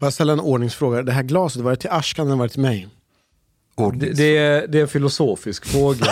Jag ställer en ordningsfråga. Det här glaset, var det till Ashkan eller var det till mig? Det är en filosofisk fråga.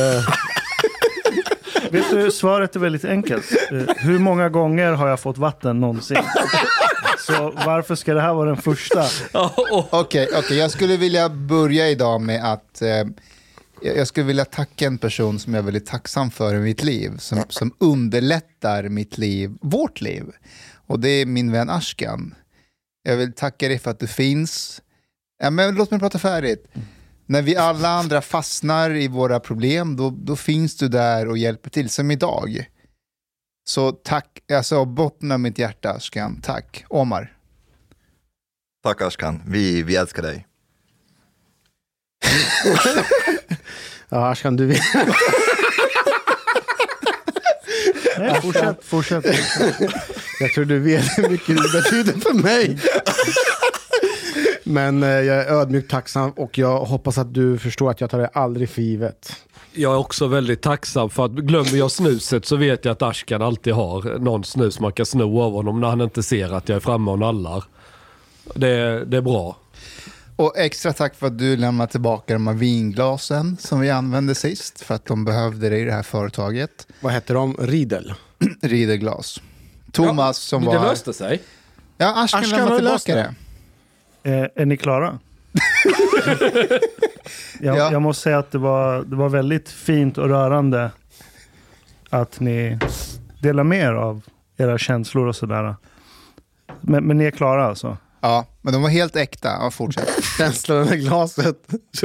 Vet du, svaret är väldigt enkelt. Hur många gånger har jag fått vatten någonsin? Så varför ska det här vara den första? Okej, jag skulle vilja börja idag med att jag skulle vilja tacka en person som jag är väldigt tacksam för i mitt liv, som underlättar mitt liv, vårt liv. Och det är min vän Ashkan. Jag vill tacka dig för att du finns. Ja, men låt mig prata färdigt. När vi alla andra fastnar i våra problem, då finns du där och hjälper till, som idag. Så tack, alltså botten av mitt hjärta, Ashkan. Tack. Omar. Tack Ashkan, vi älskar dig. Ja, Ashkan, du vet. Nej, fortsätt. Jag tror du vet hur mycket det betyder för mig. Men jag är ödmjukt tacksam och jag hoppas att du förstår att jag tar det aldrig för givet. Jag är också väldigt tacksam för att glömmer jag snuset så vet jag att Ashkan alltid har någon snus man kan sno av honom när han inte ser att jag är framme och nallar. Det är bra. Och extra tack för att du lämnade tillbaka de här vinglasen som vi använde sist, för att de behövde det i det här företaget. Vad heter de? Ridelglas. Thomas som var... Det löste sig. Ja, Ashkan lämnade tillbaka det. Är ni klara? Jag måste säga att det var väldigt fint och rörande att ni delar med er av era känslor och sådär. Men ni är klara alltså? Ja, men de var helt äkta. Ja, fortsätt. Känslorna i glaset.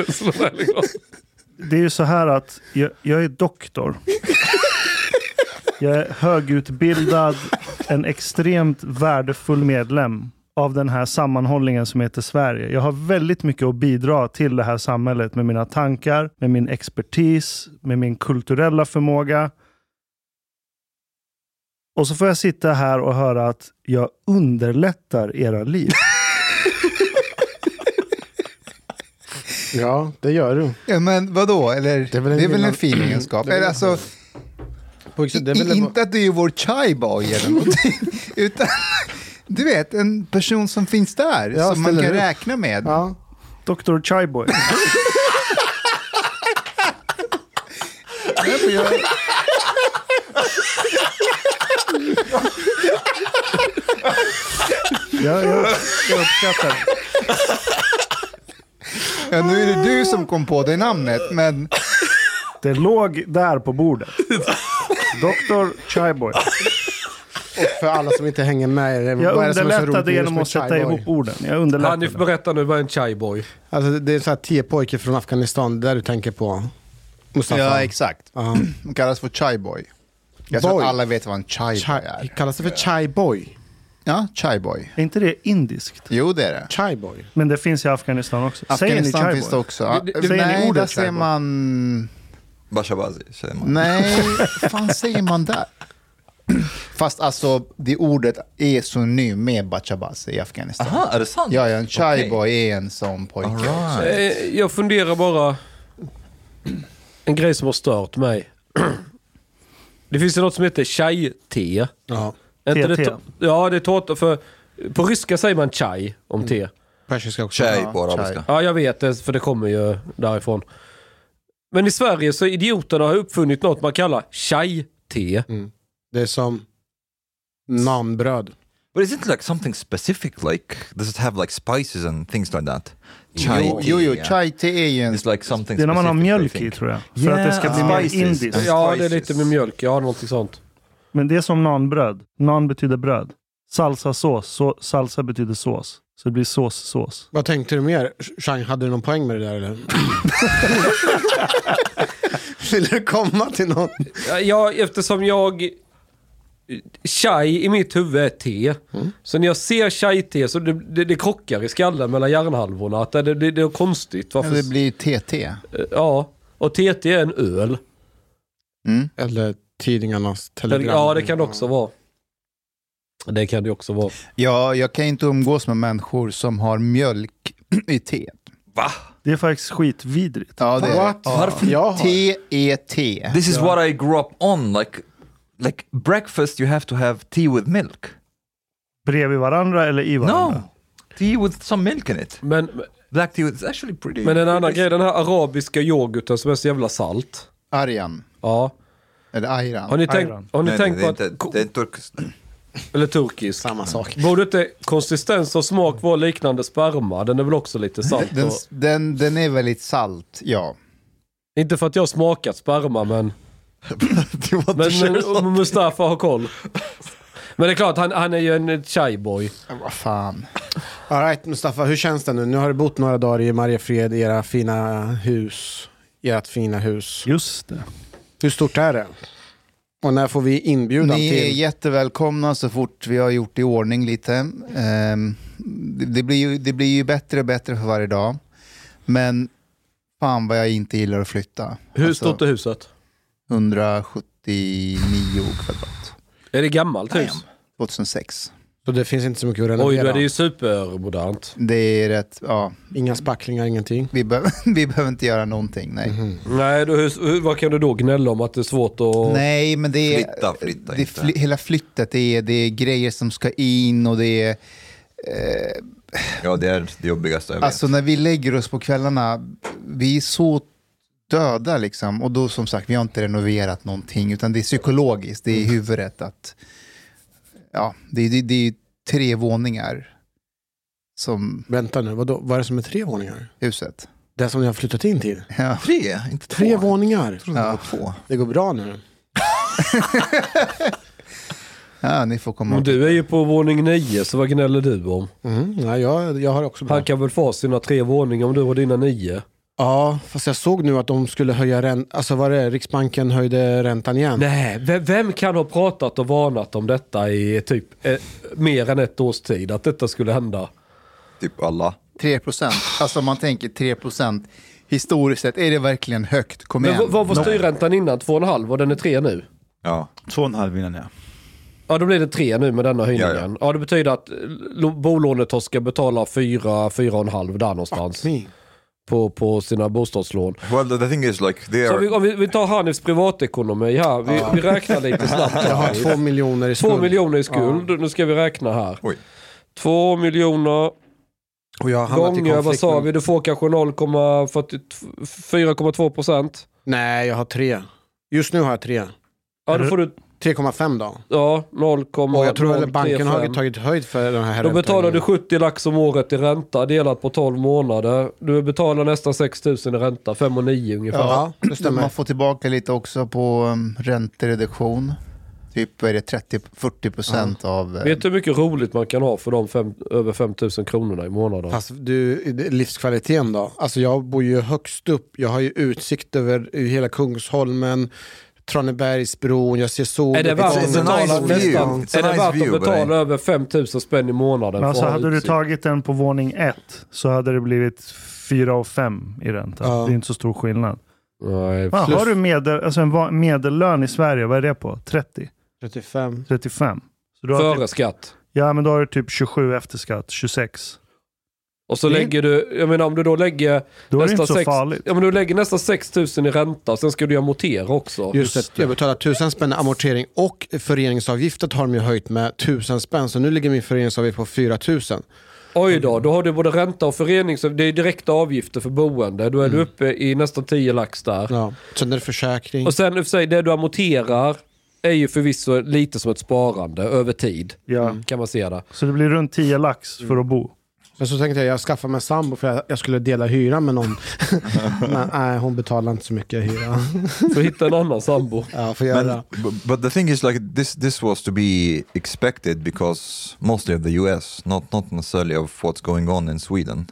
Det är ju så här att jag är doktor. Jag är högutbildad, en extremt värdefull medlem av den här sammanhållningen som heter Sverige. Jag har väldigt mycket att bidra till det här samhället med mina tankar, med min expertis, med min kulturella förmåga. Och så får jag sitta här och höra att jag underlättar era liv. Ja, det gör du. Ja, men vadå? Eller, det är väl en fin egenskap. Eller alltså... Inte att du är vår chai-boy eller någonting, utan du vet, en person som finns där, ja, som man kan räkna med. Ja. Dr. Chai-boy. Jag uppskattar. Ja, nu är det du som kom på det namnet, men... Det låg där på bordet. Dr. Chai-boy. Och för alla som inte hänger med. Jag underlättade genom att sätta ihop orden. Hanif, berätta nu vad en chai-boy. Alltså det är så här 10 pojkar från Afghanistan, där du tänker på Mustafa. Ja, exakt. De kallas för chai-boy. Jag tror att alla vet vad en chai-boy är. Kallas det för chai-boy? Ja, chai-boy. Är inte det indiskt? Jo, det är det. Chai-boy. Men det finns i Afghanistan också. Afghanistan säger ni finns det också. Säger ni ordet säger man... Bashabazi säger man. Nej, fan säger man där? Fast alltså, det ordet är synonym med Bashabazi i Afghanistan. Aha, är det sant? Ja, en chai-boy är en sån pojke. Right. Jag funderar bara... En grej som har stört mig. Det finns ju något som heter chai-te. Ja. Te. Ja, det är tårta för... På ryska säger man chai om te. Persiska också. Chai på arabiska. Ja, jag vet det, för det kommer ju därifrån. Men i Sverige så idioterna har uppfunnit något man kallar chai-te. Mm. Det är som namnbröd. But is it like something specific? Like, does it have like spices and things like that? Jo, chai-te är ju en... It's like something det är när man har specific, mjölk i, tror jag. För att det ska bli mer indiskt. Ja, det är lite med mjölk. Ja, någonting sånt. Men det är som nanbröd. Nan betyder bröd. Salsa-sås. Salsa betyder sås. Så det blir sås. Vad tänkte du mer? Chang, hade du någon poäng med det där eller? Vill du komma till någon? Ja, eftersom chai i mitt huvud är te. Så när jag ser chai-te så det krockar i skallen mellan hjärnhalvorna. Att det är konstigt. Varför? Det blir TT. Ja, och TT är en öl. Eller tidningarnas telegram. Ja, det kan det också vara. Det kan det också vara. Ja, jag kan inte umgås med människor som har mjölk i te. Va? Det är faktiskt skitvidrigt. Ja, det är What? varför? T-E-T. This is what I grew up on. Like breakfast you have to have tea with milk. Bredvid varandra eller i varandra? No. tea with some milk in it. Men Black tea is actually pretty... en annan grej, den här arabiska yoghurten som är så jävla salt. Arjan. Ja. Eller Ayran. Har ni Nej, tänkt på det är att... inte, det är inte turkisk. Eller turkisk. Samma sak. Borde inte konsistens och smak vara liknande sperma? Den är väl också lite salt? Den är väldigt salt, ja. Inte för att jag har smakat sperma, men Mustafa har koll. Men det är klart, han är ju en chaiboy. Vad fan. All right, Mustafa, hur känns det nu? Nu har du bott några dagar i Mariefred, i ert fina hus. Just det. Hur stort är det? Och när får vi inbjudan Ni är till? jättevälkomna så fort vi har gjort i ordning lite. Det blir ju bättre och bättre för varje dag. Men fan vad jag inte gillar att flytta. Hur stort är huset? 179 kvadrat. Är det gammalt hus? 2006. Så det finns inte så mycket att renovera? Oj, då är det ju supermodernt. Det är rätt, ja. Inga spacklingar, ingenting? Vi behöver inte göra någonting, nej. Nej, då, vad kan du då gnälla om att det är svårt att... Nej, men det är... Flytta det inte. hela flyttet, det är grejer som ska in och det är... Ja, det är det jobbigaste jag vet. Alltså när vi lägger oss på kvällarna, vi är så döda liksom. Och då som sagt, vi har inte renoverat någonting, utan det är psykologiskt, det är i huvudet att... Ja, det är 3 våningar som Vänta nu, vad är det som är 3 våningar? huset. Det som ni har flyttat in till? Ja. 3, inte 2. 3 våningar? Jag trodde det var 2. Det går bra nu. Ja, ni får komma. Men du är ju på våning 9, så vad gnäller du om? Nej, jag har också bra. Han kan väl få sina 3 våningar om du har dina 9? Ja, fast jag såg nu att de skulle höja räntan. Alltså vad det? Riksbanken höjde räntan igen. Nej, vem kan ha pratat och varnat om detta i typ mer än ett års tid? Att detta skulle hända? Typ alla. 3%. Alltså om man tänker 3%. Historiskt sett, är det verkligen högt? Kom igen. Men vad var styrräntan innan? 2,5 och den är 3 nu? Ja. 2,5 innan, ja. Ja, då blir det 3 nu med denna höjningen. Ja, det betyder att bolånet ska betala 4,5 där någonstans. På sina bostadslån. Well, the thing is like they Så are... om vi tar Hanifs privatekonomi här. Vi räknar lite snabbt. Jag har 2 miljoner i skuld. 2 miljoner i skuld. Nu ska vi räkna här. Oj. 2 miljoner Och jag har hamnat i gånger, vad konflikt sa med- vi? Du får kanske 4,2%. Nej, jag har 3. Just nu har jag 3. Ja, då får du 3,5 då. ja, 0, Och jag tror att banken har 0,35. tagit höjd för den här Då betalar du räntehöjningen. 70 lax om året i ränta delat på 12 månader. Du betalar nästan 6 000 i ränta, 5 och 9 ungefär. Ja, det stämmer. Man får tillbaka lite också på räntereduktion. Typ är det 30-40% av... Vet du hur mycket roligt man kan ha för de över 5 000 kronorna i månaden? Fast du, livskvaliteten då? Alltså jag bor ju högst upp. Jag har ju utsikt över hela Kungsholmen, Tranebergsbron, jag ser sol. Är det värt att It's a betala nice view. nästan, It's a är det nice värt view, att betala but över 5 000 spänn i månaden? Men alltså för att ha hade du utsikt? tagit den på våning 1 så hade det blivit 4 och 5 i ränta. Ja. Det är inte så stor skillnad. Nej, Har du en medellön i Sverige, vad är det på? 30? 35. 35? Så du har före typ, skatt. ja, men då har du typ 27 efter skatt, 26. Och så Det är- lägger du, jag menar om du då lägger Då är det nästan inte så farligt. ja men du lägger nästan 6 000 i ränta, sen ska du ju amortera också. Just det, jag betalar 1000 spänn amortering och föreningsavgiftet har de ju höjt med 1000 spänn. Så nu ligger min föreningsavgift på 4000. Oj då har du både ränta och föreningsavgift, det är direkta avgifter för boende. Då är du uppe i nästan 10 lax där. Ja. Sen är det försäkring. Och sen i och för sig, det du amorterar är ju förvisso lite som ett sparande över tid. Ja. Kan man se det. Så det blir runt 10 lax för att bo. Men så tänkte jag skaffar mig sambo för jag skulle dela hyra med någon. Men nej, hon betalar inte så mycket hyra. För att hitta en annan sambo. Ja, får göra. But the thing is like this was to be expected because mostly of the US, not necessarily of what's going on in Sweden,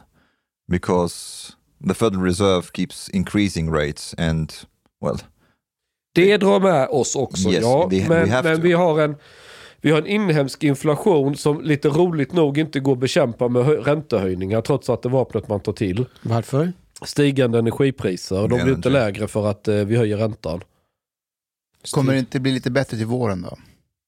because the Federal Reserve keeps increasing rates and well. Det drar med oss också, Yes, ja. we Men have to. vi har en inhemsk inflation som lite roligt nog inte går att bekämpa med räntehöjningar trots att det vapnet man tar till. Varför? Stigande energipriser. De blir Energy. inte lägre för att vi höjer räntan. Kommer det inte bli lite bättre till våren då?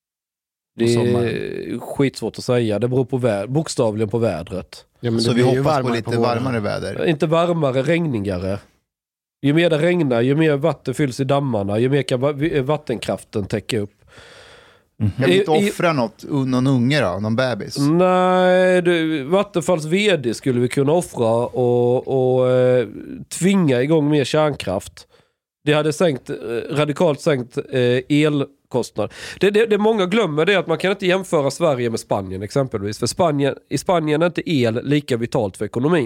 Det är sommaren. skitsvårt att säga. Det beror på bokstavligen på vädret. Ja, men Så det vi blir ju hoppas på varmare lite våren. varmare väder. Inte varmare, regnigare. Ju mer det regnar, ju mer vatten fylls i dammarna, ju mer kan vattenkraften täcka upp. Kan vi inte offra någon unge då? Någon bebis? Nej, Vattenfalls vd skulle vi kunna offra och tvinga igång mer kärnkraft. Det hade radikalt sänkt elkostnad. Det många glömmer det är att man kan inte jämföra Sverige med Spanien exempelvis. För i Spanien är inte el lika vitalt för ekonomin.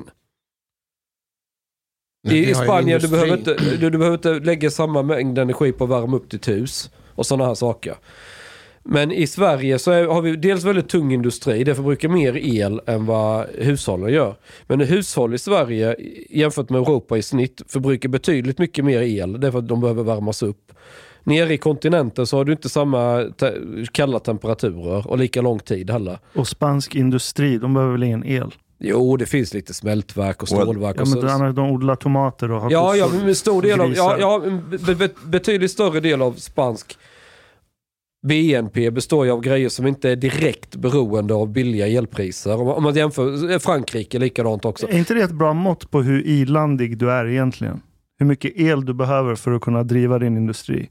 I Spanien du behöver inte lägga samma mängd energi på att värma upp ditt hus och sådana här saker. Men i Sverige så har vi dels väldigt tung industri. Det förbrukar mer el än vad hushållen gör. Men hushåll i Sverige jämfört med Europa i snitt förbrukar betydligt mycket mer el. Därför att de behöver värmas upp. Nere i kontinenten så har du inte samma kalla temperaturer och lika lång tid heller. Och spansk industri, de behöver väl ingen el? Jo, det finns lite smältverk och stålverk. Ja, men de odlar tomater och har men stor del av, betydligt större del av spansk BNP består ju av grejer som inte är direkt beroende av billiga elpriser. Om man jämför Frankrike likadant också. Är inte det ett bra mått på hur ilandig du är egentligen? Hur mycket el du behöver för att kunna driva din industri?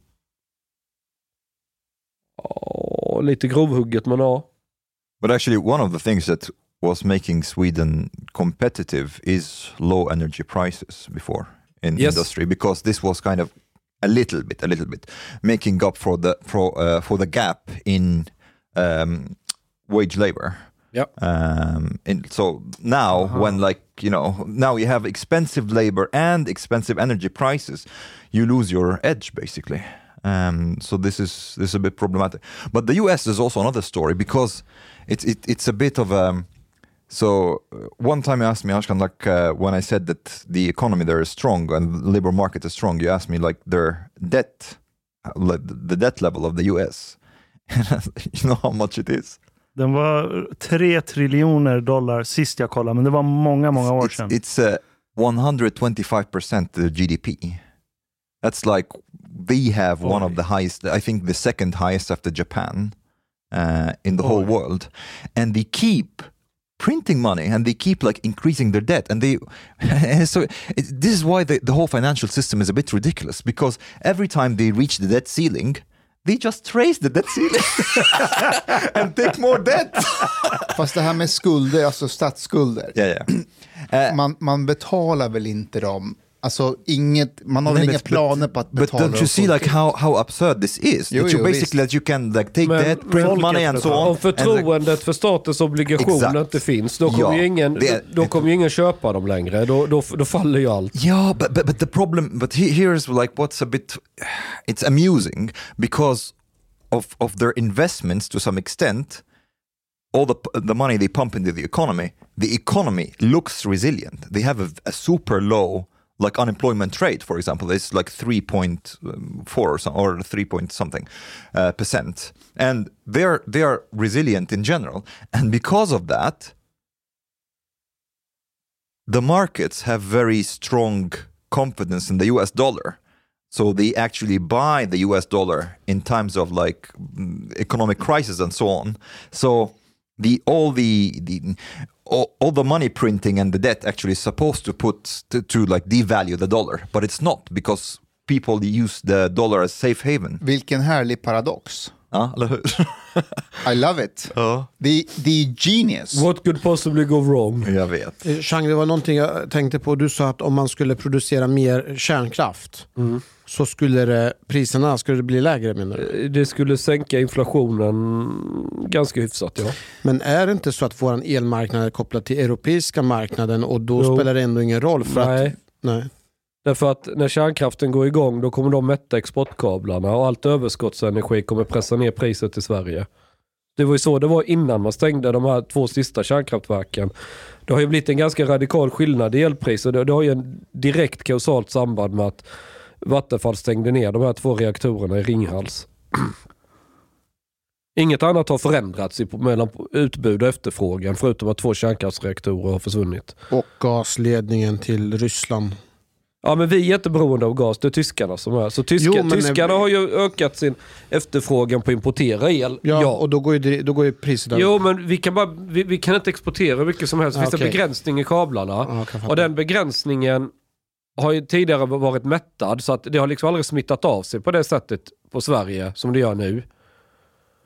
Ja, lite grovhugget, men ja. But actually one of the things that was making Sweden competitive is low energy prices before in industry, because this was kind of a little bit making up for the gap in wage labor. Yeah. So now when now you have expensive labor and expensive energy prices, you lose your edge basically. So this is a bit problematic. But the US is also another story, because it's a bit of so one time you asked me, Ashkan, when I said that the economy there is strong and the labor market is strong, you asked me their debt, the debt level of the US. You know how much it is? Den var $3 triljoner sist jag kollade, men det var många år sedan. It's 125% of the GDP. That's like they have one of the highest, I think the second highest after Japan in the whole world. And they keep printing money and they keep increasing their debt, and this is why the whole financial system is a bit ridiculous, because every time they reach the debt ceiling, they just raise the debt ceiling and take more debt. Fast det här med skulder, alltså statsskulder. Yeah. Man betalar väl inte dem. Alltså man har väl inga planer på att betala. But don't you see how absurd this is? That you basically that you can take debt, print money and so on. Om förtroendet för statens obligationer inte finns, då kommer ju ingen köpa dem längre. Då faller ju allt. Yeah, but the problem, here's what's a bit, it's amusing, because of their investments to some extent, all the money they pump into the economy looks resilient. They have a super low unemployment rate, for example, is 3.4 or 3 point something percent, and they are resilient in general. And because of that, the markets have very strong confidence in the US dollar, so they actually buy the US dollar in times of economic crisis and so on. So all the money printing and the debt actually is supposed to to devalue the dollar, but it's not, because people use the dollar as safe haven. Vilken härlig paradox. Ja, eller hur? I love it. The genius. What could possibly go wrong? Jag vet. Chang, det var någonting jag tänkte på. Du sa att om man skulle producera mer kärnkraft så skulle priserna bli lägre, menar du? Det skulle sänka inflationen ganska hyfsat, ja. Men är det inte så att vår elmarknad är kopplad till europeiska marknaden, och då spelar det ändå ingen roll? Nej. Därför att när kärnkraften går igång, då kommer de mätta exportkablarna och allt överskottsenergi kommer pressa ner priset till Sverige. Det var ju så det var innan man stängde de här 2 sista kärnkraftverken. Det har ju blivit en ganska radikal skillnad i elpriser. Det har ju en direkt kausalt samband med att Vattenfall stängde ner de här 2 reaktorerna i Ringhals. Inget annat har förändrats mellan utbud och efterfrågan, förutom att 2 kärnkraftsreaktorer har försvunnit. Och gasledningen till Ryssland. Ja, men vi är inte beroende av gas, det är tyskarna som är. Så tyskarna har ju ökat sin efterfrågan på att importera el. Ja. Och då går ju priset där. Jo, men vi kan inte exportera mycket som helst. Det finns en begränsning i kablarna. Och den begränsningen har ju tidigare varit mättad, så att det har aldrig smittat av sig på det sättet på Sverige som det gör nu.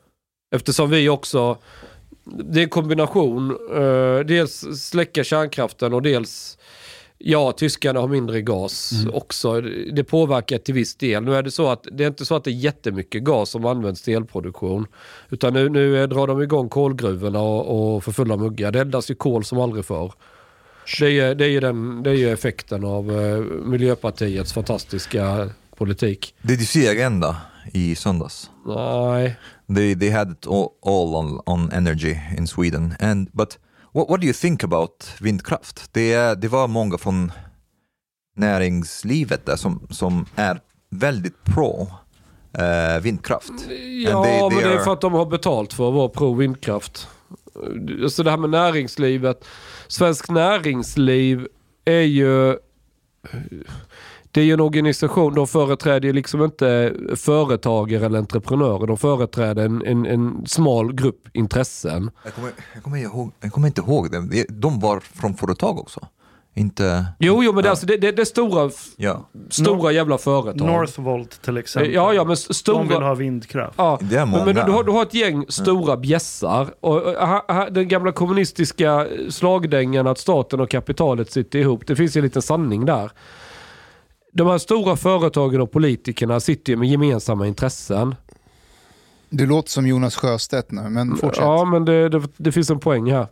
Eftersom vi också, det är en kombination, dels släcka kärnkraften och dels, tyskarna har mindre gas också. Det påverkar till viss del. Nu är det så att det är inte så att det är jättemycket gas som används till elproduktion. Utan nu drar de igång kolgruvorna och för fulla muggar. Det eldas ju kol som aldrig förr. Det är ju effekten av Miljöpartiets fantastiska politik. Did you see Agenda i söndags? Nej. They had it all on energy in Sweden. But what do you think about vindkraft? Det var många från näringslivet där som är väldigt pro vindkraft. Ja, men det är för att de har betalt för att vara pro vindkraft. Så det här med näringslivet. Svensk näringsliv är ju... Det är ju en organisation, de företräder ju liksom inte företagare eller entreprenörer. De företräder en smal grupp intressen. Jag kommer inte ihåg det. De var från företag också. Inte... Jo, men det är stora jävla företag. Northvolt till exempel. Ja, men stora... De vill ha vindkraft. Ja, det är många. Men du har ett gäng stora bjässar. Och den gamla kommunistiska slagdängen att staten och kapitalet sitter ihop. Det finns ju en liten sanning där. De här stora företagen och politikerna sitter ju med gemensamma intressen. Du låter som Jonas Sjöstedt nu, men fortsätt. Ja, men det finns en poäng här.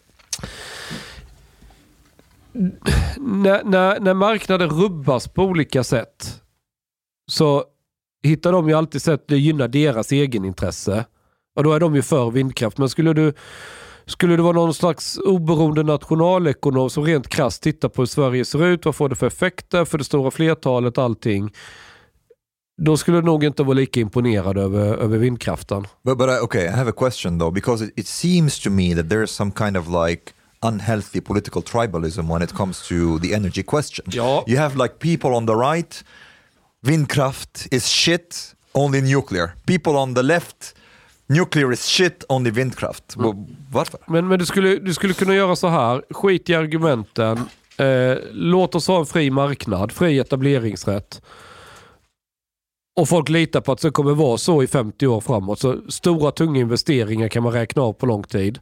När marknaden rubbas på olika sätt så hittar de ju alltid sätt att gynna deras egenintresse. Och då är de ju för vindkraft. Men skulle du vara någon slags oberoende nationalekonom som rent krasst tittar på hur Sverige ser ut, vad får det för effekter för det stora flertalet, allting, då skulle du nog inte vara lika imponerad över vindkraften. But okay, I have a question though, because it seems to me that there is some kind of like unhealthy political tribalism when it comes to the energy question. Ja. You have like people on the right, vindkraft is shit, only nuclear. People on the left, nuclear is shit, only vindkraft. Varför? Men du skulle kunna göra så här. Skit i argumenten. Låt oss ha en fri marknad. Fri etableringsrätt. Och folk litar på att det kommer vara så i 50 år framåt. Så stora, tunga investeringar kan man räkna av på lång tid.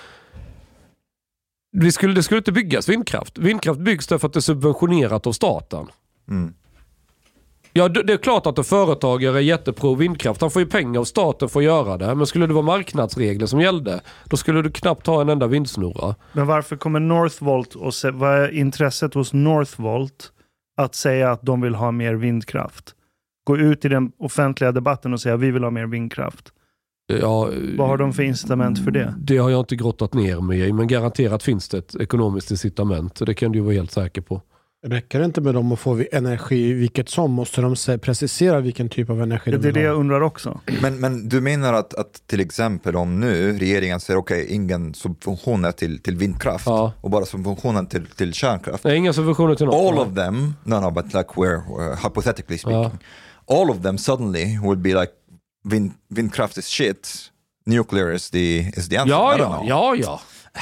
Det skulle inte byggas vindkraft. Vindkraft byggs därför att det är subventionerat av staten. Mm. Ja, det är klart att en företagare är jättepro vindkraft. Han får ju pengar av staten för att göra det. Men skulle det vara marknadsregler som gällde, då skulle du knappt ha en enda vindsnurra. Men varför kommer Northvolt och vad är intresset hos Northvolt att säga att de vill ha mer vindkraft? Gå ut i den offentliga debatten och säga att vi vill ha mer vindkraft. Ja, vad har de för incitament för det? Det har jag inte grottat ner mig i, men garanterat finns det ett ekonomiskt incitament. Det kan du ju vara helt säker på. Räcker det inte med dem att få energi vilket som? Måste de precisera vilken typ av energi de vill ha? Det är det jag undrar också. Men du menar att till exempel om nu regeringen säger okej, ingen subventioner till vindkraft och bara subventioner till kärnkraft. Nej, inga subventioner till något. All of them, no, but like we're hypothetically speaking, all of them suddenly would be like vindkraft is shit, nuclear is the answer. Ja.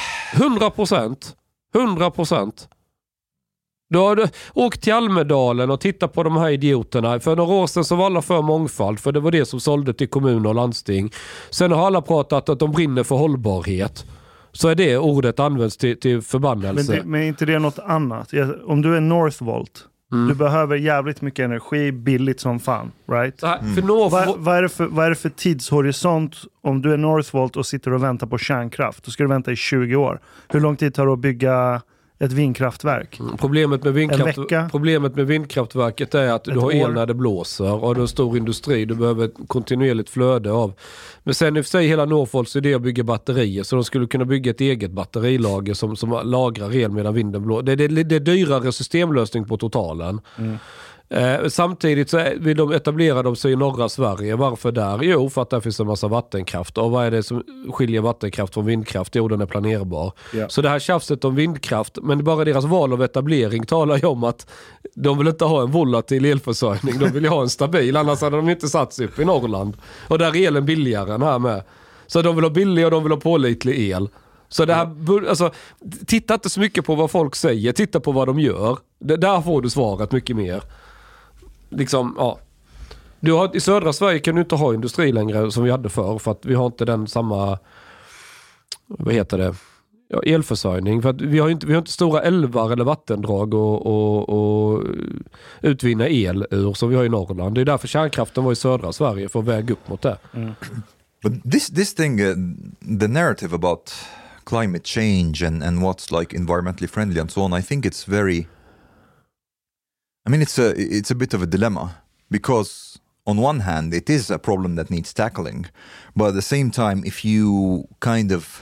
100%. Då har du åkt till Almedalen och tittat på de här idioterna. För några år sedan så var alla för mångfald, för det var det som sålde till kommuner och landsting. Sen har alla pratat att de brinner för hållbarhet. Så är det ordet används till förbannelse. Men är inte det något annat? Om du är Northvolt, du behöver jävligt mycket energi, billigt som fan, right? Vad är det för tidshorisont om du är Northvolt och sitter och väntar på kärnkraft? Då ska du vänta i 20 år. Hur lång tid tar det att bygga ett vindkraftverk? Problemet med vindkraftverket är att du har el när det blåser och du har en stor industri. Du behöver ett kontinuerligt flöde av. Men sen i och för sig hela Northvolts idé att bygga batterier, så de skulle kunna bygga ett eget batterilager som lagrar el medan vinden blåser. Det är dyrare systemlösning på totalen. Samtidigt så vill de etablera dem sig i norra Sverige. Varför där? Jo, för att där finns en massa vattenkraft. Och vad är det som skiljer vattenkraft från vindkraft? Jo, den är planerbar. Yeah. Så det här tjafset om vindkraft, men bara deras val av etablering talar ju om att de vill inte ha en volatil elförsörjning. De vill ju ha en stabil, annars hade de inte satt sig upp i Norrland. Och där är elen billigare än här med. Så de vill ha billig och de vill ha pålitlig el. Så det här, alltså, titta inte så mycket på vad folk säger, titta på vad de gör. Där får du svaret mycket mer. Liksom, ja. I södra Sverige kan du inte ha industri längre som vi hade för att vi har inte den samma, vad heter det, elförsörjning. För att vi har inte stora älvar eller vattendrag och utvinna el ur som vi har i Norrland. Det är därför kärnkraften var i södra Sverige, för att väga upp mot det. But this thing, the narrative about climate change and what's like environmentally friendly and so on, I think it's very, I mean, it's a bit of a dilemma, because on one hand it is a problem that needs tackling, but at the same time, if you kind of,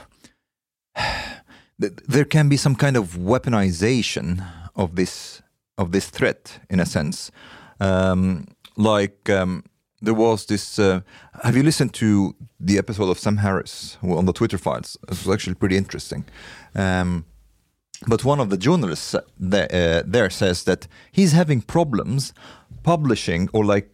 there can be some kind of weaponization of this threat in a sense, there was this, have you listened to the episode of Sam Harris on the Twitter files? It was actually pretty interesting. But one of the journalists there says that he's having problems publishing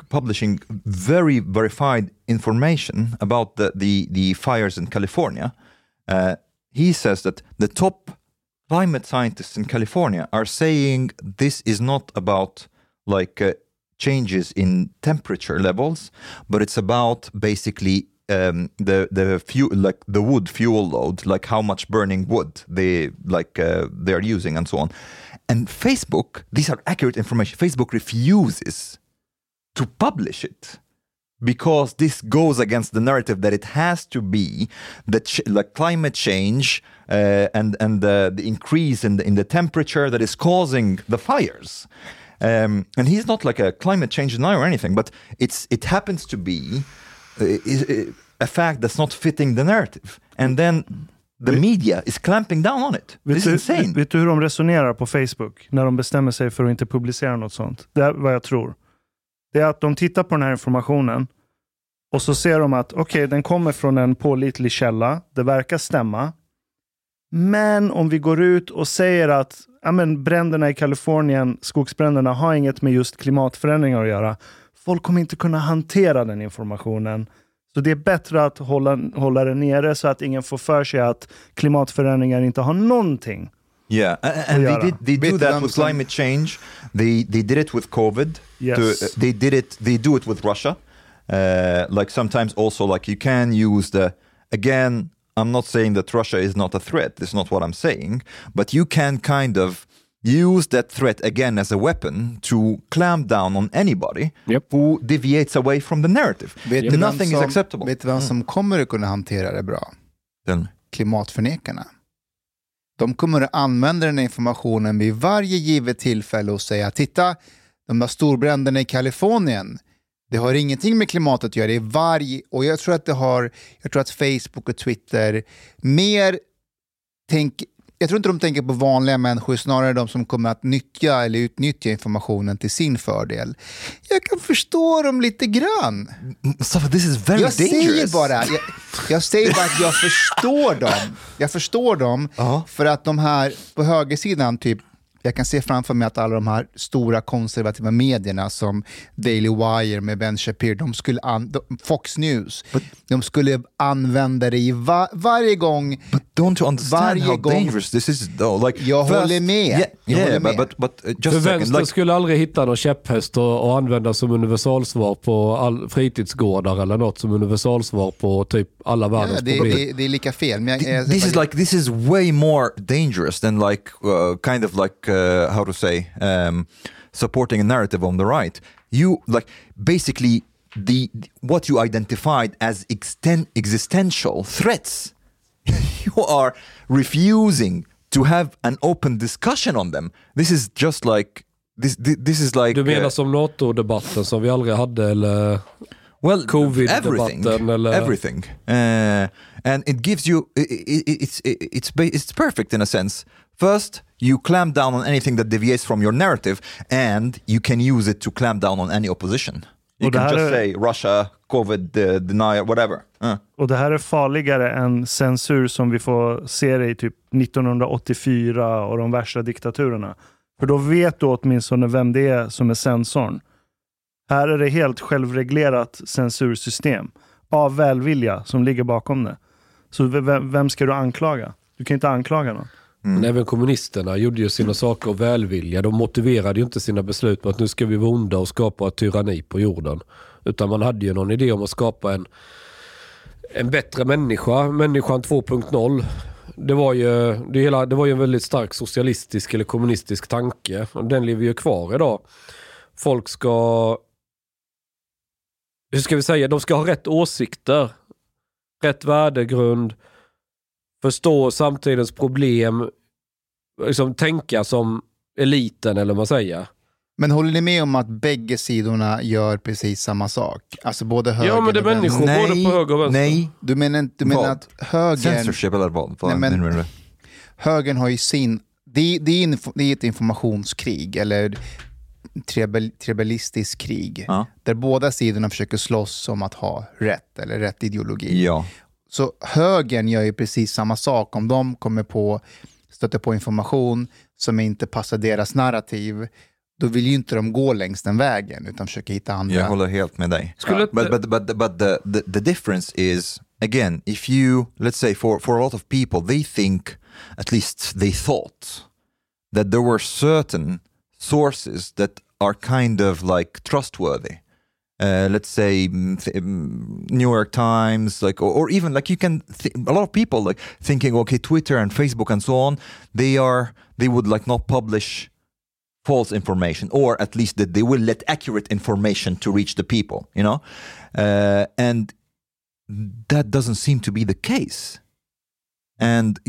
very verified information about the fires in California. He says that the top climate scientists in California are saying this is not about changes in temperature levels, but it's about basically the fuel, like the wood fuel load, like how much burning wood they're using and so on. And Facebook, these are accurate information. Facebook refuses to publish it because this goes against the narrative that it has to be that climate change and the increase in the temperature that is causing the fires. And he's not like a climate change denier or anything, but it happens to be a fact that's not fitting the narrative. And then the media is clamping down on it. This is insane. Vet du hur de resonerar på Facebook när de bestämmer sig för att inte publicera något sånt? Det är vad jag tror. Det är att de tittar på den här informationen och så ser de att okej, den kommer från en pålitlig källa. Det verkar stämma. Men om vi går ut och säger att bränderna i Kalifornien, skogsbränderna, har inget med just klimatförändringar att göra. Folk kommer inte kunna hantera den informationen. Så det är bättre att hålla det nere så att ingen får för sig att klimatförändringar inte har någonting. Yeah, and they do that with climate change. They did it with COVID. Yes. They do it with Russia. Sometimes also you can use again, I'm not saying that Russia is not a threat. It's not what I'm saying. But you can kind of use that threat again as a weapon to clamp down on anybody who deviates away from the narrative. Nothing is acceptable. Vet du vem som kommer att kunna hantera det bra? Klimatförnekarna. De kommer att använda den informationen vid varje givet tillfälle och säga, titta, de där storbränderna i Kalifornien, det har ingenting med klimatet att göra. Det är och jag tror att Facebook och Twitter jag tror inte de tänker på vanliga människor, snarare de som kommer att nyttja eller utnyttja informationen till sin fördel. Jag kan förstå dem lite grann. So this is very dangerous. Jag säger bara att jag förstår dem. Jag förstår dem för att de här på högersidan typ, jag kan se framför mig att alla de här stora konservativa medierna som Daily Wire med Ben Shapiro, Fox News, de skulle använda det i varje gång. But don't you understand how dangerous this is though? Jag håller med. But just för vänster skulle aldrig hitta någon käpphäst och använda som universalsvar på fritidsgårdar eller något som universalsvar på typ alla världens problem. Det är lika fel. Men this is way more dangerous than how to say supporting a narrative on the right. You basically what you identified as existential threats. You are refusing to have an open discussion on them. This is just this is like. Du menar som NATO-debatten som vi aldrig hade eller COVID-debatten eller everything. And it gives you it's perfect in a sense. First, you clamp down on anything that deviates from your narrative, and you can use it to clamp down on any opposition. You can just say Russia, COVID, denier, whatever. Och det här är farligare än censur som vi får se det i typ 1984 och de värsta diktaturerna. För då vet du åtminstone vem det är som är censorn. Här är det helt självreglerat censursystem av välvilja som ligger bakom det. Så vem ska du anklaga? Du kan inte anklaga någon. Men även kommunisterna gjorde ju sina saker och välvilja. De motiverade ju inte sina beslut med att nu ska vi vara onda och skapa ett tyranni på jorden. Utan man hade ju någon idé om att skapa en bättre människa. Människan 2.0. Det var ju en väldigt stark socialistisk eller kommunistisk tanke. Och den lever ju kvar idag. Folk ska... Hur ska vi säga? De ska ha rätt åsikter. Rätt värdegrund. Förstå samtidens problem. Liksom tänka som eliten, eller vad man säger. Men håller ni med om att bägge sidorna gör precis samma sak? Alltså både höger Ja, men det är människor både på höger och vänster. Nej. Du menar att högern... Censorship eller vad? Nej, men högern har ju sin... Det är ett informationskrig, eller tribalistisk krig. Ja. Där båda sidorna försöker slåss om att ha rätt, eller rätt ideologi. Ja. Så högern gör ju precis samma sak om de stöter på information som inte passar deras narrativ. Då vill ju inte de gå längs den vägen utan försöka hitta andra. Jag håller helt med dig. But the difference is, again, if you, let's say for a lot of people, they think, at least they thought, that there were certain sources that are kind of like trustworthy. Let's say New York Times, like, or even like you can, a lot of people like thinking, okay, Twitter and Facebook and so on, they would like not publish false information, or at least that they will let accurate information to reach the people, you know? And that doesn't seem to be the case. And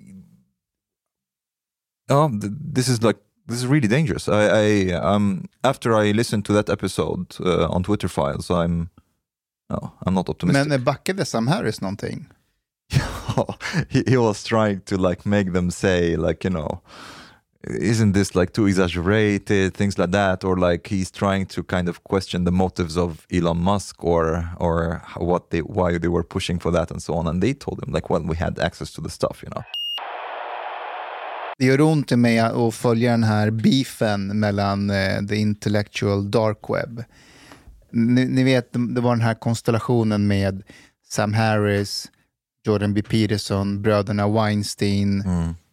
this is really dangerous. I after I listened to that episode on Twitter Files, I'm not optimistic. Men backade Sam Harris någonting? he was trying to like make them say like, you know, isn't this like too exaggerated, things like that, or like he's trying to kind of question the motives of Elon Musk or why they were pushing for that and so on. And they told him like, well, we had access to the stuff, you know. Det gör ont i mig att följa den här beefen mellan the intellectual dark web. Ni vet, det var den här konstellationen med Sam Harris, Jordan B. Peterson, bröderna Weinstein,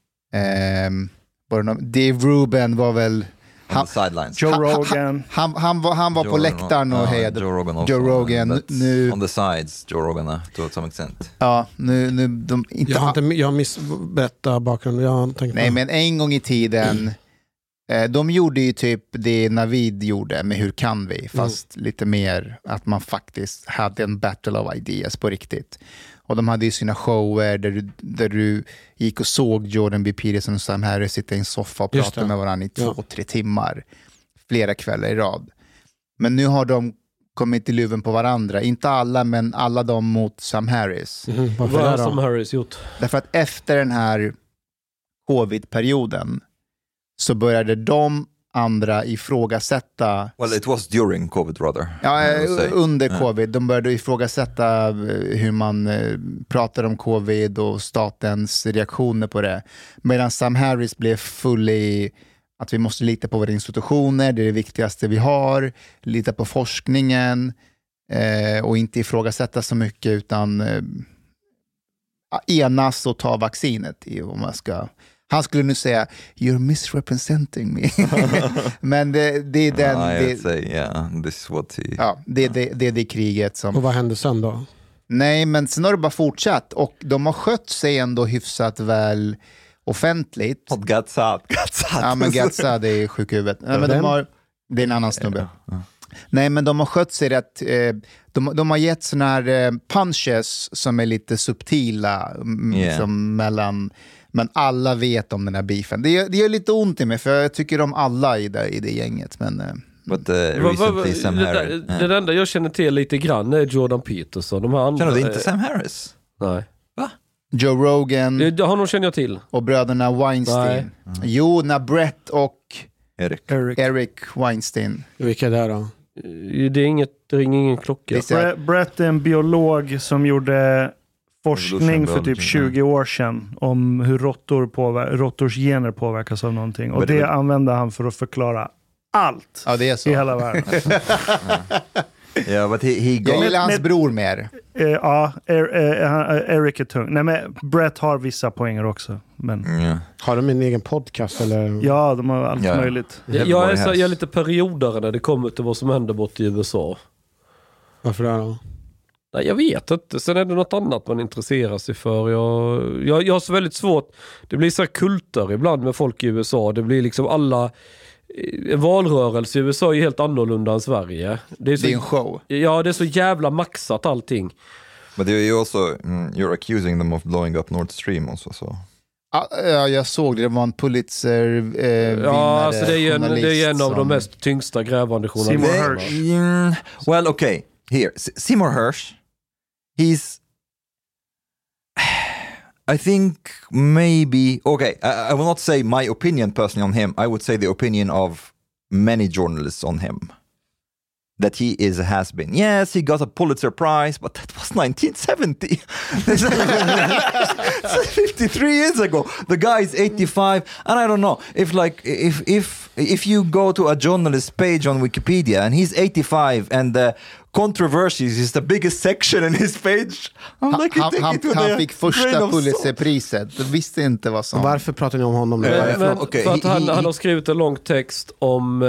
Dave Rubin var väl... Joe Rogan. Han var på läktaren och hejade. Joe Rogan. Nu, on the sides, Joe Rogan to some extent. Ja, nu inte... Jag har missberättat bakgrunden. Nej, men en gång i tiden... De gjorde ju typ det Navid gjorde med Hur kan vi? Fast lite mer att man faktiskt hade en battle of ideas på riktigt. Och de hade ju sina shower där du gick och såg Jordan B. Peterson och Sam Harris sitta i en soffa och prata med varandra i 2-3 timmar. Flera kvällar i rad. Men nu har de kommit i luven på varandra. Inte alla, men alla de mot Sam Harris. Vad har Sam Harris gjort? Därför att efter den här covid-perioden så började de andra ifrågasätta... Well, it was during covid rather. Ja, under covid. De började ifrågasätta hur man pratar om covid och statens reaktioner på det. Medan Sam Harris blev full i att vi måste lita på våra institutioner, det är det viktigaste vi har. Lita på forskningen och inte ifrågasätta så mycket utan enas och ta vaccinet om man ska... Han skulle nu säga, you're misrepresenting me. Men det är den... Det är det kriget som... Och vad hände sen då? Nej, men sen har det bara fortsatt. Och de har skött sig ändå hyfsat väl offentligt. Gatsad. Ja, men Gatsad är sjuk i huvudet. Nej, men det är en annan snubbe. Nej, men de har skött sig rätt. De har gett såna här punches som är lite subtila. Som mellan... Men alla vet om den här beefen. Det gör lite ont i mig, för jag tycker om alla i det gänget. Men, But recently Sam Harris. Det enda jag känner till lite grann är Jordan Peterson. De här andra, känner du inte Sam Harris? Nej. Va? Joe Rogan. Honom känner jag till. Och bröderna Weinstein. Jo, när Brett och Eric Weinstein. Vilka är det då? Det ringer ingen klocka. Brett är en biolog som gjorde... forskning för typ 20 år sedan om hur råttors gener påverkas av någonting. Och det använder han för att förklara allt det är i hela världen. Yeah, but he jag gillar hans bror mer. Eric är tung. Nej, men Brett har vissa poänger också. Men... Har de en egen podcast? Eller? Ja, de har allt möjligt. Jag är lite periodare när det kommer till vad som händer bort i USA. Varför det då? Nej, jag vet inte. Sen är det något annat man intresserar sig för. Jag har så väldigt svårt. Det blir så här kulter ibland med folk i USA. Det blir liksom alla... Valrörelse i USA är helt annorlunda än Sverige. Det är en show. Ja, det är så jävla maxat allting. But you also, you're accusing them of blowing up Nord Stream also, so... Ja, jag såg det. Det var en Pulitzer-vinnare. Ja, alltså det är en av de som... mest tyngsta grävande journalisterna. Well, okay. Here, Seymour Hersh, he's... I think maybe... Okay, I will not say my opinion personally on him. I would say the opinion of many journalists on him. That he is a has-been. Yes, he got a Pulitzer Prize, but that was 1970. 53 years ago. The guy is 85, and I don't know if you go to a journalist page on Wikipedia and he's 85 and the controversies is the biggest section in his page. Han fick första Pulitzerpriset. Du visste inte vad som... Varför pratar ni om honom? För att han har skrivit en lång text om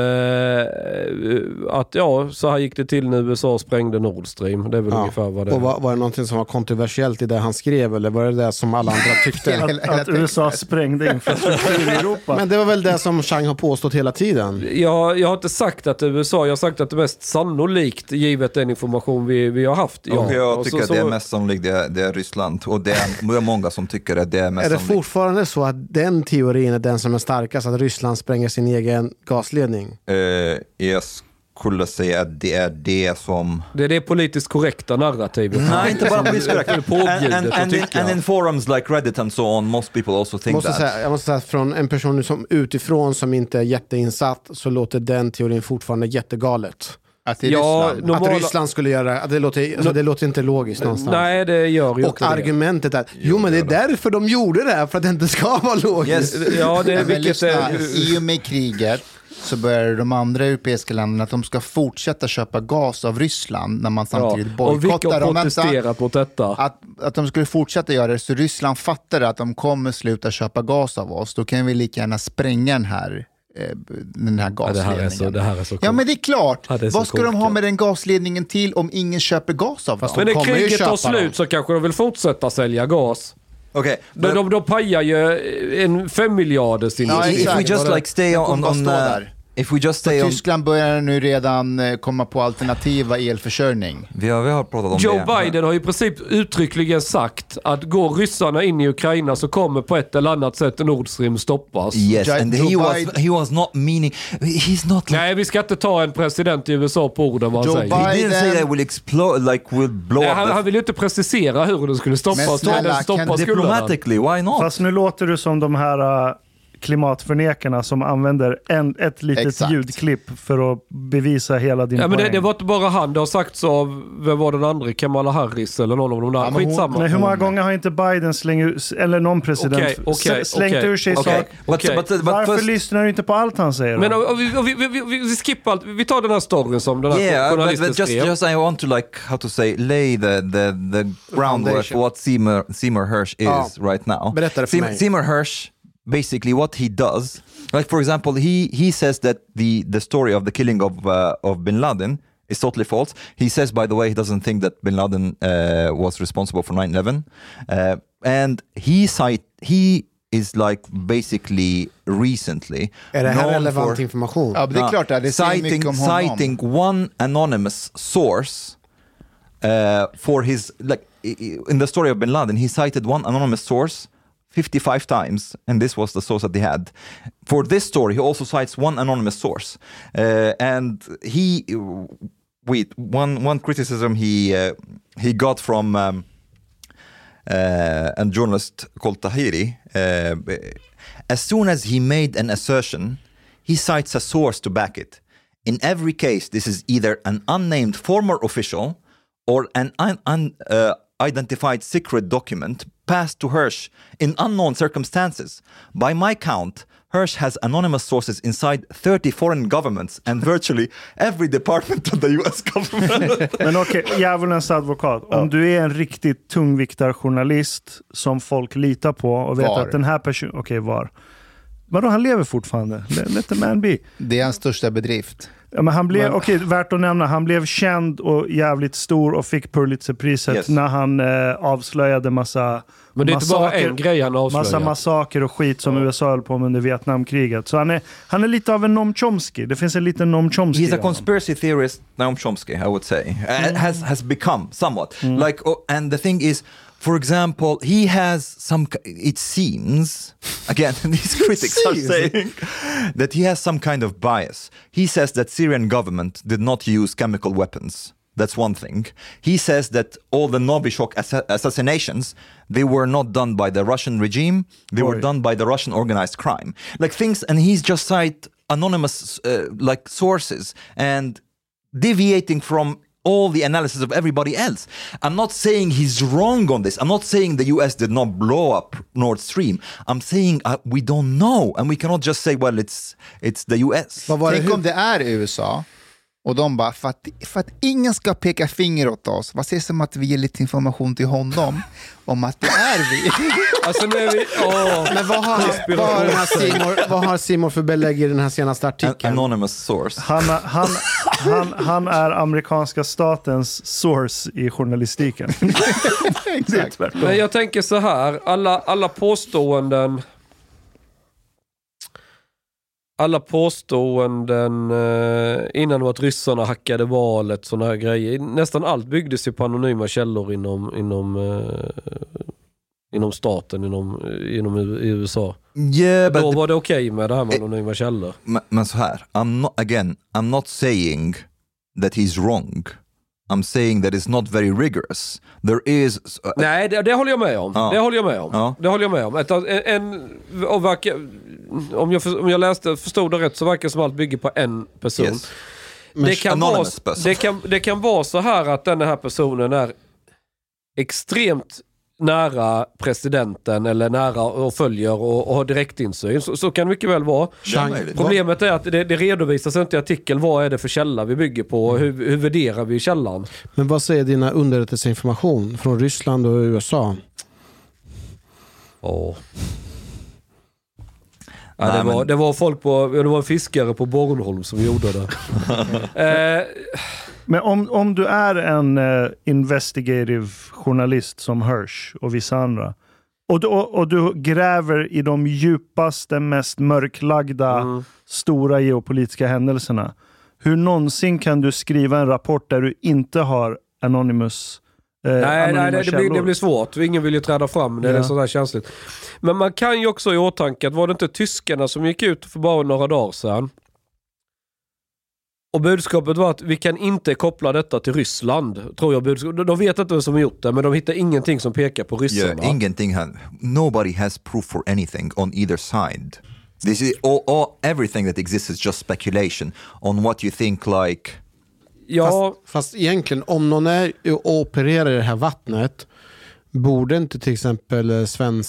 att så här gick det till när USA sprängde Nord Stream. Det är väl ungefär vad det är. Och var det någonting som var kontroversiellt i det han skrev, eller var det som alla andra tyckte? att USA sprängde infrastruktur i Europa. Men det var väl det som Chang har påstått hela tiden. Jag har inte sagt att USA, jag har sagt att det är mest sannolikt givet den information vi har haft. Och jag tycker att det är mest sannolikt det är Ryssland. Och det är många som tycker att det är mest sannolikt. Är det fortfarande så att den teorin är den som är starkast, att Ryssland spränger sin egen gasledning? Jag skulle säga att det är det som... Det är det politiskt korrekta narrativet. Nej, inte bara politiskt korrekt. And in forums like Reddit and so on, most people also think that. Jag måste säga, från en person som utifrån som inte är jätteinsatt, så låter den teorin fortfarande jättegalet. Att Ryssland. Att Ryssland skulle göra att det låter inte logiskt någonstans. Nej, det gör ju och inte argumentet är men det är därför de gjorde det, för att det inte ska vara logiskt. Yes. Ja, det är vilket I och med kriget så börjar de andra europeiska länderna att de ska fortsätta köpa gas av Ryssland när man samtidigt bojkottar dem. Och vilka har protesterat mot detta? Att de skulle fortsätta göra det, så Ryssland fattar att de kommer sluta köpa gas av oss. Då kan vi lika gärna spränga den här gasledningen. Det här är så ja, men det är klart. Ja, vad ska de ha med den gasledningen till om ingen köper gas av dem? Men när kriget tar slut så kanske de vill fortsätta sälja gas. Okay, de pajar ju en 5 miljarders industri. If we just like stay on if we just stay on... Tyskland börjar nu redan komma på alternativa elförsörjning. Vi har pratat om Joe Biden har i princip uttryckligen sagt att går ryssarna in i Ukraina så kommer på ett eller annat sätt Nord Stream stoppas. Yes, and he was not meaning... He's not like... Nej, vi ska inte ta en president i USA på orden vad han säger. He didn't say that will explode, like will blow up. Han vill ju inte precisera hur det skulle stoppas. Diplomatically, why not? Fast nu låter du som de här... klimatförnekarna som använder ett litet ljudklipp för att bevisa hela din poäng. Men det var inte bara han. Det har sagts av, vem var den andra? Kamala Harris eller någon av de där. Skitsamma. Nej, hur många gånger har inte Biden eller någon president slängt ur sig sak? Varför lyssnar du inte på allt han säger? Men vi skippar allt. Vi tar den här storyn som den här journalisten skrev. Just I want to like, how to say, lay the groundwork for what Seymour Hersh is right now. Berätta det för mig. Seymour Hersh, basically what he does, like for example, he says that the story of the killing of bin Laden is totally false. He says, by the way, he doesn't think that bin Laden was responsible for 9/11, and he is like basically recently. Är det här relevant information? Ja, det är klart att det säger mycket om honom. Citing one anonymous source for his, like in the story of bin Laden, he cited one anonymous source 55 times, and this was the source that they had. For this story, he also cites one anonymous source, and one criticism he got from a journalist called Tahiri. As soon as he made an assertion, he cites a source to back it. In every case, this is either an unnamed former official or an identified secret document passed to Hersh in unknown circumstances. By my count, Hersh has anonymous sources inside 30 foreign governments and virtually every department of the US government. Men okej, djävulens advokat. Om du är en riktigt tungviktarjournalist som folk litar på och vet att den här personen... Okej, var? Vadå, han lever fortfarande? Let the man be. Det är hans största bedrift. Ja, men han blev, värt att nämna, han blev känd och jävligt stor och fick Pulitzerpriset när han avslöjade massa men det är inte bara en grej han avslöjade. Massa massaker och skit som USA höll på med under Vietnamkriget. Så han är lite av en Noam Chomsky. Det finns en liten Noam Chomsky. He's a conspiracy theorist, Noam Chomsky, I would say. Has become somewhat. Like, and the thing is, for example, he has some, it seems, again, these critics are saying that he has some kind of bias. He says that Syrian government did not use chemical weapons. That's one thing. He says that all the Novichok assassinations, they were not done by the Russian regime, they were done by the Russian organized crime. Like things, and he's just cite anonymous like sources and deviating from all the analysis of everybody else. I'm not saying he's wrong on this. I'm not saying the US did not blow up Nord Stream. I'm saying we don't know, and we cannot just say, well, it's the US. Tänk om det är USA och de bara, för att ingen ska peka finger åt oss, vad sägs om att vi ger lite information till honom om att det är vi? Alltså när vi... Men vad har Simon för belägg i den här senaste artikeln? Anonymous source. Han är amerikanska statens source i journalistiken. Exakt. Men jag tänker så här, alla påståenden innan det var att ryssarna hackade valet, såna här grejer. Nästan allt byggdes ju på anonyma källor inom staten, inom USA. Yeah, då var det okej med det här med anonyma källor. Men så här, I'm not saying that he's wrong. I'm saying that it's not very rigorous. There is... Nej, det håller jag med om. Ja. Det håller jag med om. Ja. Det håller jag med om. Om jag förstod det rätt så verkar det som allt bygger på en person. Yes. Det kan vara så här att den här personen är extremt nära presidenten eller nära och följer och har direktinsyn. Så kan det mycket väl vara. Problemet är att det redovisas inte i artikeln vad är det för källa vi bygger på, hur värderar vi källan. Men vad säger dina underrättelseinformation från Ryssland och USA? Det var folk det var fiskare på Bornholm som gjorde det. Men om du är en investigative journalist som Hersh och vissa andra och du gräver i de djupaste, mest mörklagda stora geopolitiska händelserna, hur någonsin kan du skriva en rapport där du inte har anonymous det blir svårt. Ingen vill ju träda fram när det är sådär känsligt. Men man kan ju också i åtanke att var det inte tyskarna som gick ut för bara några dagar sedan och budskapet var att vi kan inte koppla detta till Ryssland, tror jag. De vet inte vem som har gjort det, men de hittar ingenting som pekar på ryssarna. Nobody has proof for anything on either side. This is everything that exists is just speculation on what you think like. Ja. Fast egentligen, om någon är och opererar i det här vattnet, borde inte till exempel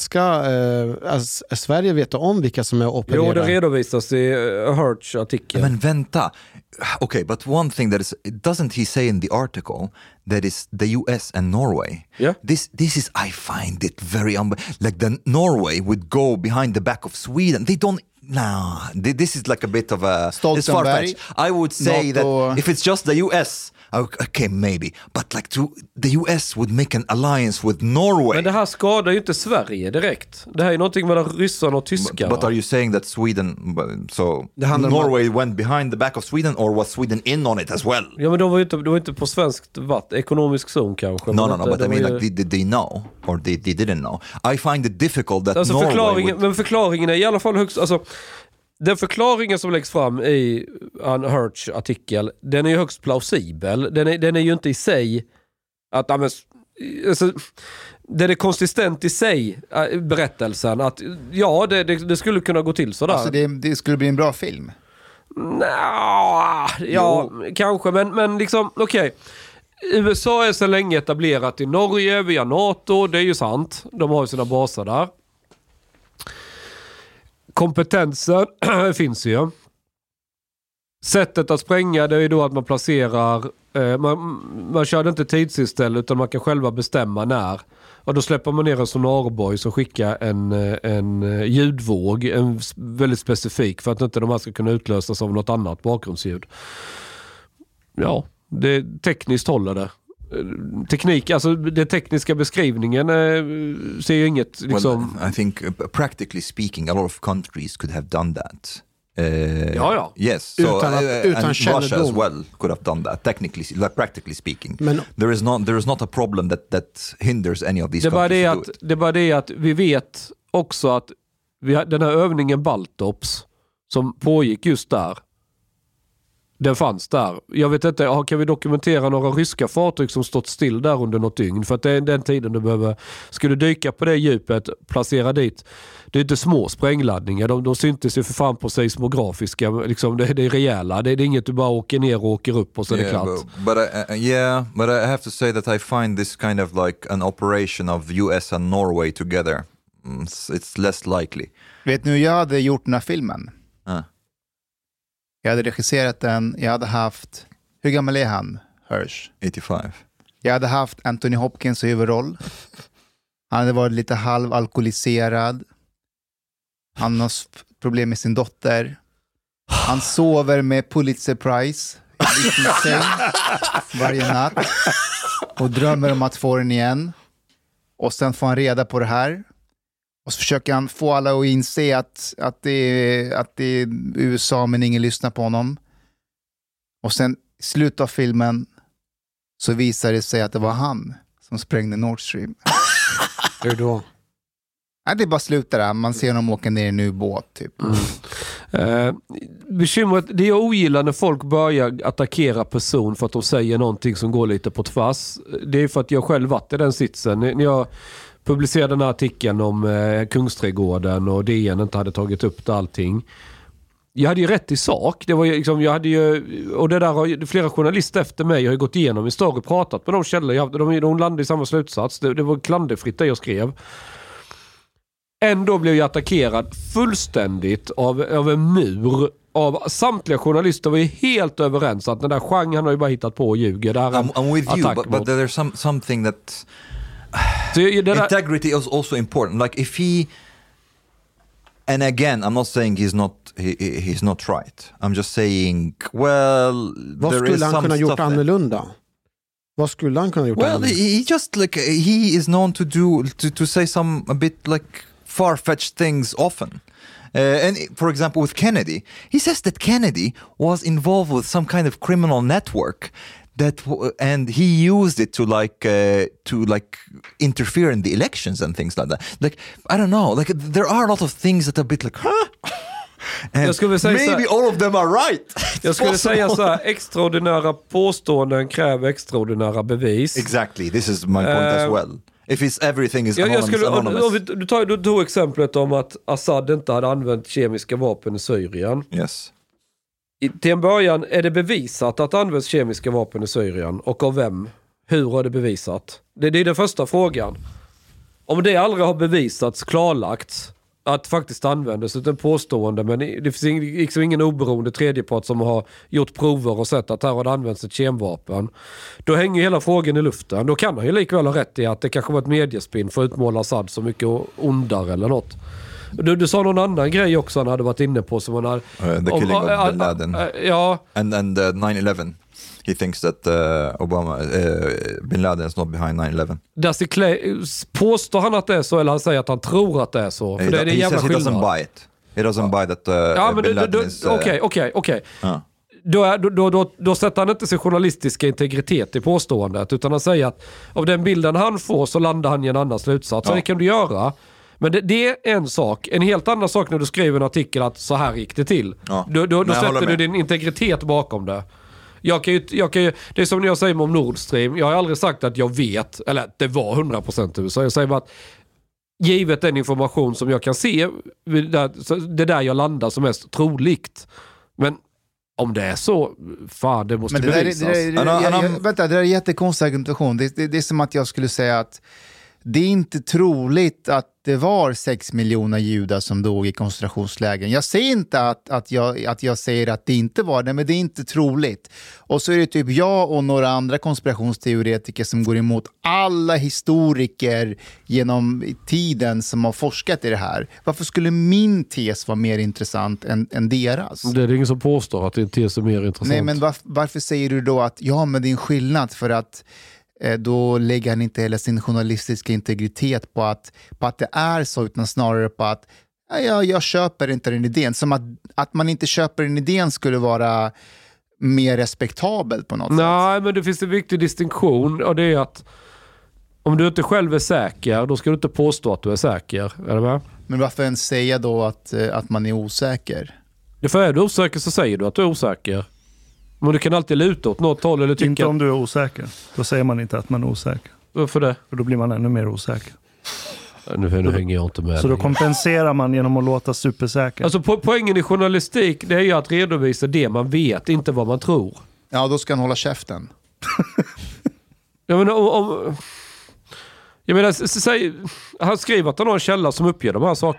Sverige veta om vilka som är opererade? Jo, det redovisas i Hersh artikel. Men vänta. Okay, but one thing doesn't he say in the article that is the US and Norway? Yeah. This is, I find it very like the Norway would go behind the back of Sweden. They don't. This is like a bit of a Stoltenberg. I would say that if it's just the US, okay, maybe, but like the US would make an alliance with Norway. Men det här skadar ju inte Sverige direkt. Det här är någonting mellan ryssarna och tyskarna. But are you saying that Sweden, so Norway went behind the back of Sweden, or was Sweden in on it as well? Ja, men de var inte på svenskt ekonomisk zon kanske. No, but I mean, like, did they know? Or they didn't know? I find it difficult that alltså, Norway men förklaringen är i alla fall högst... Alltså, den förklaringen som läggs fram i Hersh artikel, den är ju högst plausibel. Den är ju inte i sig att... Alltså, det är konsistent i sig, berättelsen. Att ja, det skulle kunna gå till sådär. Alltså det skulle bli en bra film? Kanske. Men liksom, okej. USA är så länge etablerat i Norge via NATO, det är ju sant. De har ju sina baser där. Kompetensen finns ju. Sättet att spränga, det är ju då att man placerar Man körde inte tidsinställ utan man kan själva bestämma när. Och då släpper man ner en sonarboj som skickar en ljudvåg, en väldigt specifik, för att inte de här ska kunna utlösas av något annat bakgrundsljud. Ja, det tekniskt håller det. Teknik, alltså den tekniska beskrivningen ser ju inget liksom... Well, I think practically speaking a lot of countries could have done that. Yes, so utan and kännedom. Russia as well could have done that technically, like practically speaking. Men there is not a problem that hinders any of these det är bara det att vi vet också att den här övningen Baltops som pågick just där, den fanns där. Jag vet inte, kan vi dokumentera några ryska fartyg som stått still där under något dygn? För att det är den tiden du skulle dyka på det djupet, placera dit. Det är inte små sprängladdningar. De syntes ju för fan på seismografiska. Liksom, det är rejäla. Det är inget du bara åker ner och åker upp och så är det klart. But I have to say that I find this kind of like an operation of US and Norway together. It's less likely. Vet ni, jag hade gjort den här filmen. Jag hade regisserat den. Jag hade haft... Hur gammal är han, Hirsch? 85. Jag hade haft Anthony Hopkins i huvudroll. Han hade varit lite halvalkoholiserad. Han har problem med sin dotter. Han sover med Pulitzer Prize i sin säng varje natt. Och drömmer om att få den igen. Och sen får han reda på det här. Och så försöker han få alla att inse att det är USA men ingen lyssnar på honom. Och sen i slutet av filmen så visar det sig att det var han som sprängde Nord Stream. hur då? Nej, det är bara slutar där. Man ser honom åka ner i en ubåt typ. Bekymret, det jag ogillar när folk börjar attackera person för att de säger någonting som går lite på tvärs. Det är för att jag själv varit i den sitsen. När jag publicerade den här artikeln om Kungsträdgården och DN inte hade tagit upp det allting. Jag hade ju rätt i sak. Det var liksom, jag hade ju, och det där har flera journalister efter mig har ju gått igenom i story, pratat med de källor. De landade i samma slutsats. Det var klanderfritt det jag skrev. Ändå blev jag attackerad fullständigt av en mur. Av samtliga journalister var ju helt överens att den där genren har ju bara hittat på och ljuger. I'm with you, but there's something that... Integrity is also important. Like if he, and again, I'm not saying he's not right. I'm just saying, well, vad skulle han kunna gjort annorlunda? Vad skulle han kunna gjort annorlunda? Well, he just like he is known to say some a bit like far-fetched things often. And for example, with Kennedy, he says that Kennedy was involved with some kind of criminal network. And he used it to interfere in the elections and things like that. Like, I don't know, like there are a lot of things that are a bit like, huh? And maybe all of them are right. Jag skulle säga så här, extraordinära påståenden kräver extraordinära bevis. Exactly, this is my point as well. If everything is anonymous. Du tog exemplet om att Assad inte hade använt kemiska vapen i Syrien. Yes. Till en början, är det bevisat att det används kemiska vapen i Syrien? Och av vem? Hur har det bevisat? Det är den första frågan. Om det aldrig har bevisats, klarlagts, att faktiskt användes utan påstående, men det finns liksom ingen oberoende tredjepart som har gjort prover och sett att här har det använts ett kemvapen. Då hänger hela frågan i luften. Då kan han ju likväl ha rätt i att det kanske var ett mediespinn för att utmåla Assad så mycket ondare eller något. Du sa någon annan grej också han hade varit inne på som han hade... The killing of Bin Laden. Ja. And 9/11. He thinks that Bin Laden is not behind 9/11. Påstår han att det är så eller han säger att han tror att det är så? För det är en jävla skillnad. He doesn't buy it. He doesn't buy that Bin Laden is... Okej. Då sätter han inte sin journalistiska integritet i påståendet utan han säger att av den bilden han får så landar han i en annan slutsats. Så det kan du göra. Men det är en sak. En helt annan sak när du skriver en artikel att så här gick det till. Ja. Då sätter du din integritet bakom det. Jag kan ju, det är som när jag säger om Nord Stream. Jag har aldrig sagt att jag vet, eller att det var 100% USA. Jag säger bara att givet den information som jag kan se, det där jag landar som mest troligt. Men om det är så, fan det måste bevisas. Vänta, det är en jättekonstig argumentation. Det är som att jag skulle säga att det är inte troligt att det var 6 miljoner judar som dog i koncentrationslägren. Jag säger inte att jag säger att det inte var det, men det är inte troligt. Och så är det typ jag och några andra konspirationsteoretiker som går emot alla historiker genom tiden som har forskat i det här. Varför skulle min tes vara mer intressant än deras? Det är ingen som påstår att din tes är mer intressant. Nej, men varför säger du då att ja, men det är en skillnad, för att då lägger han inte hela sin journalistiska integritet på att det är så, utan snarare på att jag köper inte den idén. Som att man inte köper den idén skulle vara mer respektabel på något sätt. Nej, men det finns en viktig distinktion, och det är att om du inte själv är säker, då ska du inte påstå att du är säker. Är det med? Men varför ens säga då att man är osäker? För är du osäker så säger du att du är osäker. Men du kan alltid luta åt något håll eller tycka... Inte om du är osäker. Då säger man inte att man är osäker. Varför det? För då blir man ännu mer osäker. Nu hänger jag inte med. Så då kompenserar man genom att låta supersäker. Alltså poängen i journalistik, det är ju att redovisa det man vet, inte vad man tror. Ja, då ska han hålla käften. Jag menar, säg, han skriver att han har en källa som uppger de här sakerna.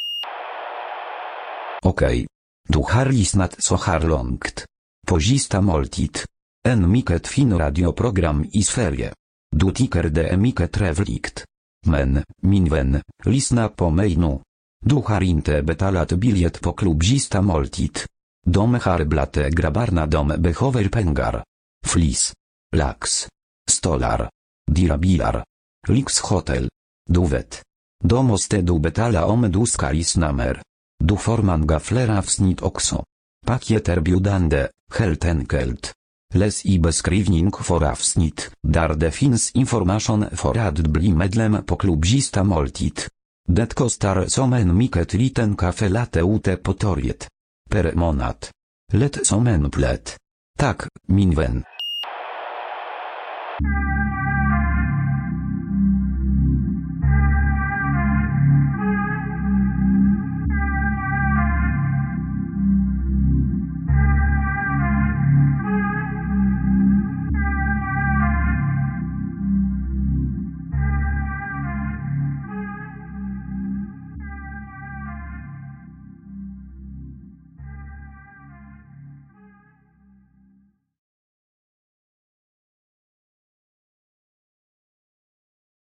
Okej. Du har lyssnat så här långt. På Sista måltid. En mycket fin radioprogram i Sverige. Du tycker det är mycket trevligt. Men, min vän, lyssna på mig nu. Du har inte betalat biljett på klubb Sista måltid. De har blate grabbarna, de behöver pengar. Flis. Lax. Stolar. Dirabilar. Lyxhotel. Du vet. Då måste du betala om du ska lyssna mer. Du får många fler avsnitt också. Paket erbjudande, helt enkelt. Läs i beskrivning för avsnitt, där det finns information för att bli medlem på klubb Sista måltid. Det kostar som en mycket liten kaffe latte ute på torget. Per månad. Lätt som en plätt. Tack, min vän.